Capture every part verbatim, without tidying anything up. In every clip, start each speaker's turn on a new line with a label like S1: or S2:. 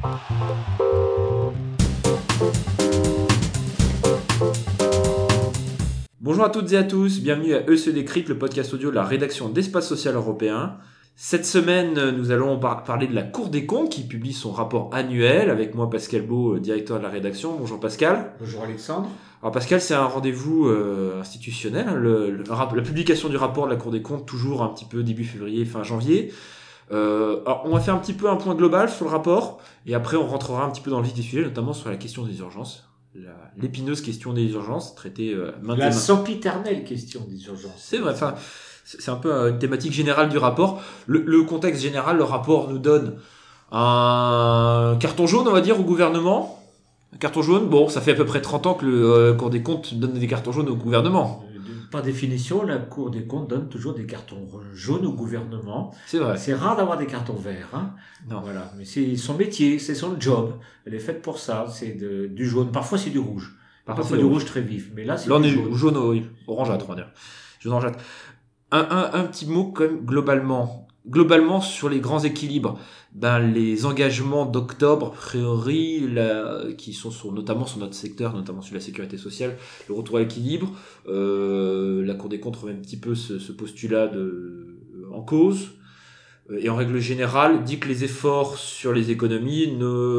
S1: Bonjour à toutes et à tous, bienvenue à E C Décrypte, le podcast audio de la rédaction d'Espace Social Européen. Cette semaine, nous allons par- parler de la Cour des comptes qui publie son rapport annuel avec moi Pascal Beau, directeur de la rédaction. Bonjour Pascal.
S2: Bonjour Alexandre.
S1: Alors Pascal, c'est un rendez-vous euh, institutionnel, hein, le, le, la publication du rapport de la Cour des comptes toujours un petit peu début février, fin janvier. Euh, alors on va faire un petit peu un point global sur le rapport et après on rentrera un petit peu dans le vif du sujet, notamment sur la question des urgences. La, l'épineuse question des urgences, traitée euh, maintes
S2: La sempiternelle question des urgences.
S1: C'est vrai, enfin, c'est un peu une thématique générale du rapport. Le, le contexte général, le rapport nous donne un carton jaune, on va dire, au gouvernement. Un carton jaune, bon, ça fait à peu près trente ans que le euh, Cour des comptes donne des cartons jaunes au gouvernement.
S2: Par définition, la Cour des comptes donne toujours des cartons jaunes au gouvernement.
S1: C'est vrai.
S2: C'est rare d'avoir des cartons verts. Hein.
S1: Non.
S2: Voilà. Mais c'est son métier, c'est son job. Elle est faite pour ça. C'est de, du jaune. Parfois, c'est du rouge. Parfois, Parfois c'est du rouge très vif. Mais là, c'est
S1: là, on
S2: du
S1: est
S2: jaune.
S1: jaune, oui, orangeâtre, on va dire. Jaune orangeâtre. Un, un, un petit mot, quand même, globalement. Globalement, sur les grands équilibres, ben, les engagements d'octobre, a priori, la, qui sont sur, notamment sur notre secteur, notamment sur la sécurité sociale, le retour à l'équilibre, euh, la Cour des comptes remet un petit peu ce, ce postulat de, en cause, et en règle générale, dit que les efforts sur les économies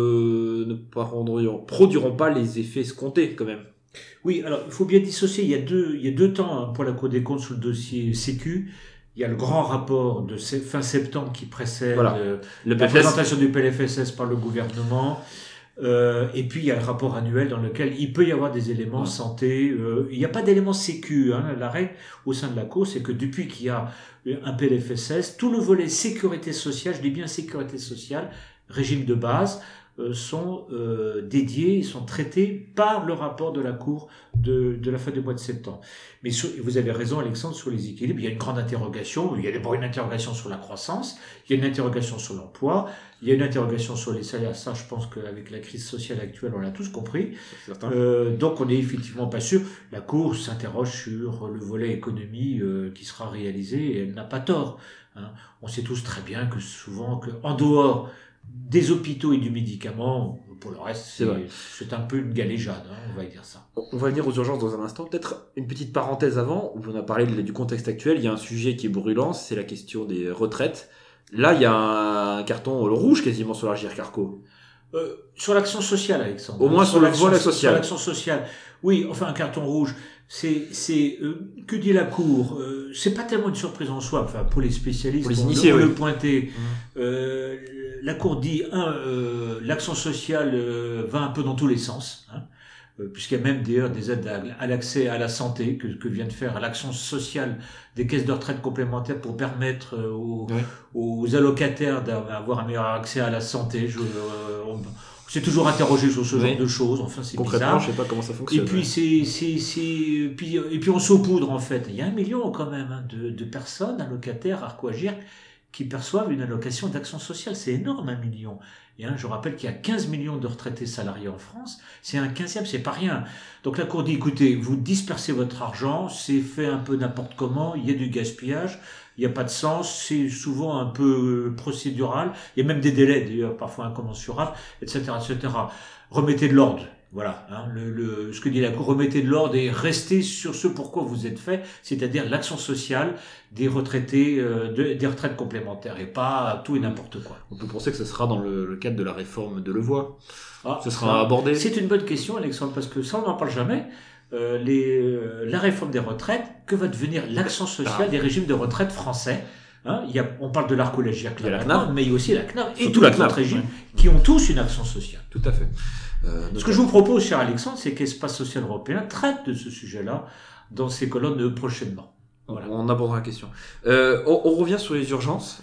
S1: ne, ne produiront pas les effets escomptés, quand même.
S2: Oui, alors, il faut bien dissocier, il y a deux, il y a deux temps pour la Cour des comptes sur le dossier Sécu. Il y a le grand rapport de fin septembre qui précède voilà. euh, la P F S. Présentation du P L F S S par le gouvernement. Euh, et puis il y a le rapport annuel dans lequel il peut y avoir des éléments ouais. santé. Euh, il n'y a pas d'éléments sécu. Hein. La règle au sein de la Cour, c'est que depuis qu'il y a un P L F S S, tout le volet sécurité sociale, je dis bien sécurité sociale, régime de base, euh, sont euh, dédiés, sont traités par le rapport de la Cour de, de la fin du mois de septembre. Mais sur, vous avez raison Alexandre, sur les équilibres, il y a une grande interrogation. Il y a d'abord une interrogation sur la croissance, il y a une interrogation sur l'emploi, il y a une interrogation sur les salaires. Ça, je pense qu'avec la crise sociale actuelle, on l'a tous compris. Euh, donc, on n'est effectivement pas sûr. La Cour s'interroge sur le volet économie euh, qui sera réalisé et elle n'a pas tort. Hein. On sait tous très bien que souvent, que en dehors des hôpitaux et du médicament, pour le reste, c'est, c'est, c'est un peu une galéjade, hein, on va dire ça.
S1: On va venir aux urgences dans un instant. Peut-être une petite parenthèse avant, où on a parlé du contexte actuel. Il y a un sujet qui est brûlant, c'est la question des retraites. Là, il y a un carton rouge quasiment sur l'Agirc Arrco.
S2: Euh, sur l'action sociale, Alexandre.
S1: Au moins sur, sur le volet social.
S2: Sur l'action sociale. Oui, enfin, un carton rouge. C'est, c'est, euh, que dit la Cour? euh, C'est pas tellement une surprise en soi. Enfin, pour les spécialistes,
S1: pour les
S2: on,
S1: initiés,
S2: on
S1: oui.
S2: le pointer. Mmh. Euh, la Cour dit, un, euh, l'action sociale euh, va un peu dans tous les sens, hein, euh, puisqu'il y a même d'ailleurs des aides à, à l'accès à la santé que, que vient de faire l'action sociale des caisses de retraite complémentaires pour permettre euh, aux, oui. aux allocataires d'avoir un meilleur accès à la santé. Je, euh, on, c'est toujours interrogé sur ce oui. genre de choses. Enfin, c'est
S1: concrètement,
S2: bizarre.
S1: je sais pas comment ça fonctionne.
S2: Et puis, c'est, c'est, c'est, puis, et puis on saupoudre, en fait. Il y a un million, quand même, hein, de, de personnes, allocataires, Arrco-Agirc, qui perçoivent une allocation d'action sociale. C'est énorme, un million. Et hein, je rappelle qu'il y a quinze millions de retraités salariés en France. C'est un quinzième, c'est pas rien. Donc la Cour dit, écoutez, vous dispersez votre argent, c'est fait un peu n'importe comment, il y a du gaspillage, il n'y a pas de sens, c'est souvent un peu procédural, il y a même des délais d'ailleurs, parfois incommensurables, et cetera, et cetera. Remettez de l'ordre. Voilà, hein, le, le, ce que dit la Cour, remettez de l'ordre et restez sur ce pourquoi vous êtes fait, c'est-à-dire l'action sociale des retraités, euh, de, des retraites complémentaires, et pas tout et n'importe quoi.
S1: On peut penser que ce sera dans le, le cadre de la réforme de Levoy.
S2: Ah,
S1: ce sera ça, abordé.
S2: C'est une bonne question, Alexandre, parce que ça, on n'en parle jamais. Euh, les, euh, la réforme des retraites, que va devenir l'action sociale ah. des régimes de retraite français? Hein, il y a, on parle de l'Arrco-Agirc,
S1: la CNAV,
S2: mais il y a aussi la CNAV et
S1: tous
S2: les
S1: autres
S2: régimes
S1: ouais.
S2: qui ont tous une action sociale.
S1: Tout à fait.
S2: Euh, ce que je vous propose, cher Alexandre, c'est qu'Espace Social Européen traite de ce sujet-là dans ses colonnes prochainement.
S1: Voilà. On abordera la question. Euh, on, on revient sur les urgences.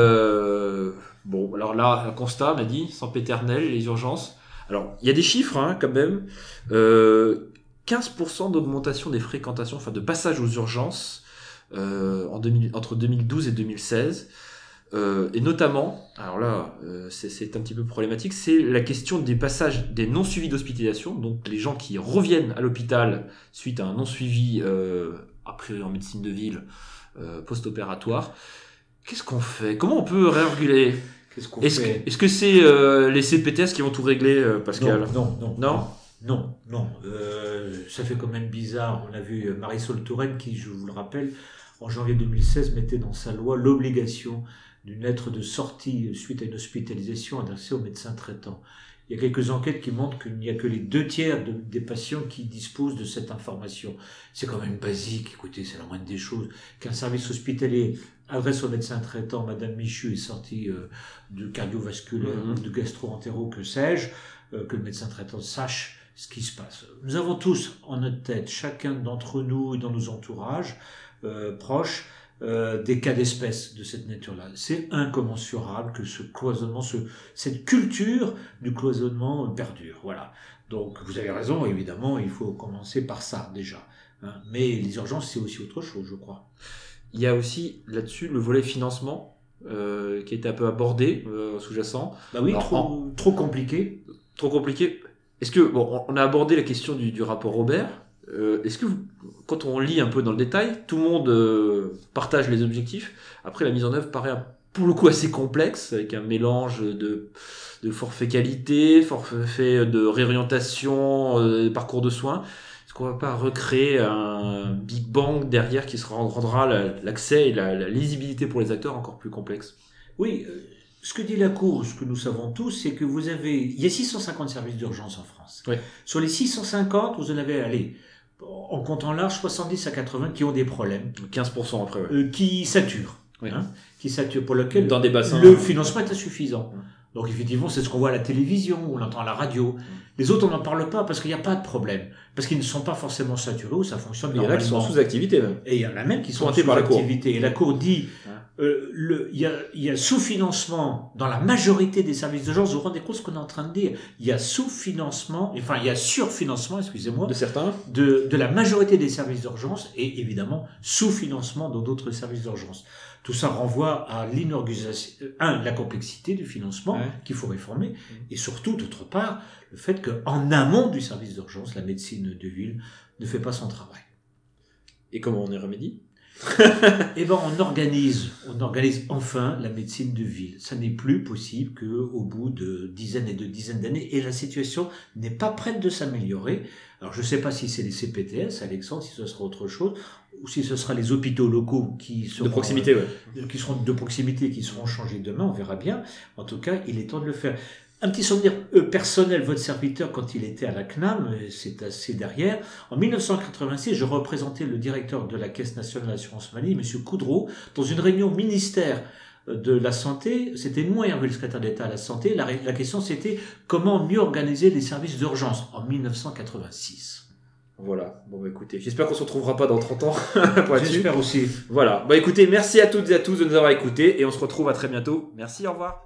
S1: Euh, bon, alors là, un constat, m'a dit, sempiternel, les urgences. Alors, il y a des chiffres, hein, quand même. Euh, quinze pour cent d'augmentation des fréquentations, enfin de passage aux urgences euh, en deux mille, entre deux mille douze et deux mille seize. Euh, et notamment, alors là, euh, c'est, c'est un petit peu problématique, c'est la question des passages des non-suivis d'hospitalisation, donc les gens qui reviennent à l'hôpital suite à un non-suivi, euh, a priori en médecine de ville, euh, post-opératoire. Qu'est-ce qu'on fait? Comment on peut réguler?
S2: Qu'est-ce qu'on
S1: est-ce
S2: fait
S1: que, Est-ce que c'est euh, les C P T S qui vont tout régler, euh, Pascal?
S2: Non, non, non.
S1: Non
S2: Non, non. Euh, ça fait quand même bizarre. On a vu Marisol Touraine qui, je vous le rappelle, en janvier deux mille seize, mettait dans sa loi l'obligation d'une lettre de sortie suite à une hospitalisation adressée au médecin traitant. Il y a quelques enquêtes qui montrent qu'il n'y a que les deux tiers de, des patients qui disposent de cette information. C'est quand même basique, écoutez, c'est la moindre des choses. Qu'un service hospitalier adresse au médecin traitant, Madame Michu est sortie euh, de cardiovasculaire, mm-hmm. de gastro-entéro, que sais-je, euh, que le médecin traitant sache ce qui se passe. Nous avons tous en notre tête, chacun d'entre nous et dans nos entourages euh, proches, Euh, des cas d'espèce de cette nature-là. C'est incommensurable que ce cloisonnement, ce, cette culture du cloisonnement perdure. Voilà. Donc, vous avez raison, évidemment, il faut commencer par ça, déjà. Hein. Mais les urgences, c'est aussi autre chose, je crois.
S1: Il y a aussi, là-dessus, le volet financement, euh, qui a été un peu abordé, euh, sous-jacent.
S2: Bah oui, Alors, trop, en... trop compliqué.
S1: Trop compliqué. Est-ce que, bon, on a abordé la question du, du rapport Robert. Euh, est-ce que vous, quand on lit un peu dans le détail, tout le monde euh, partage les objectifs. Après, la mise en œuvre paraît pour le coup assez complexe, avec un mélange de, de forfait qualité, forfait de réorientation, euh, parcours de soins. Est-ce qu'on va pas recréer un Big Bang derrière qui se rendra l'accès et la, la lisibilité pour les acteurs encore plus complexe?
S2: Oui, euh, ce que dit la Cour, ce que nous savons tous, c'est que vous avez, il y a six cent cinquante services d'urgence en France.
S1: Oui.
S2: Sur les six cent cinquante, vous en avez, allez, en comptant large, soixante-dix à quatre-vingts qui ont des problèmes.
S1: quinze pour cent après, ouais.
S2: Euh, qui saturent.
S1: Oui.
S2: Hein, qui saturent, pour lequel
S1: dans des bassins,
S2: le financement est insuffisant. Oui. Donc effectivement, c'est ce qu'on voit à la télévision, on l'entend à la radio. Oui. Les autres, on n'en parle pas parce qu'il n'y a pas de problème. Parce qu'ils ne sont pas forcément saturés ou ça fonctionne
S1: normalement. Il y en a qui sont sous activité même.
S2: Et il y en a même qui sont sous activité. Et la Cour dit, euh, le, il y a, il y a sous-financement dans la majorité des services d'urgence. Vous vous rendez compte ce qu'on est en train de dire? Il y a sous-financement, enfin il y a surfinancement, excusez-moi,
S1: de certains,
S2: de, de la majorité des services d'urgence et évidemment sous-financement dans d'autres services d'urgence. Tout ça renvoie à l'inorganisation, un, la complexité du financement ouais. qu'il faut réformer, mmh. et surtout, d'autre part, le fait qu'en amont du service d'urgence, la médecine de ville ne fait pas son travail.
S1: Et comment on y remédie?
S2: Eh ben, on organise, on organise enfin la médecine de ville. Ça n'est plus possible qu'au bout de dizaines et de dizaines d'années, et la situation n'est pas prête de s'améliorer. Alors, je ne sais pas si c'est les C P T S, Alexandre, si ce sera autre chose, ou si ce sera les hôpitaux locaux qui seront
S1: de proximité,
S2: euh,
S1: ouais.
S2: qui seront de proximité, qui seront changés demain. On verra bien. En tout cas, il est temps de le faire. Un petit souvenir euh, personnel, votre serviteur, quand il était à la C N A M, c'est assez derrière. En mille neuf cent quatre-vingt-six, je représentais le directeur de la Caisse nationale d'assurance maladie, M. Coudreau, dans une réunion ministère de la Santé. C'était moi, Hervé, le secrétaire d'État à la Santé. La, la question, c'était comment mieux organiser les services d'urgence en mille neuf cent quatre-vingt-six.
S1: Voilà, bon bah écoutez, j'espère qu'on se retrouvera pas dans trente ans.
S2: J'espère aussi.
S1: Voilà, bah écoutez, merci à toutes et à tous de nous avoir écoutés et on se retrouve à très bientôt. Merci, au revoir.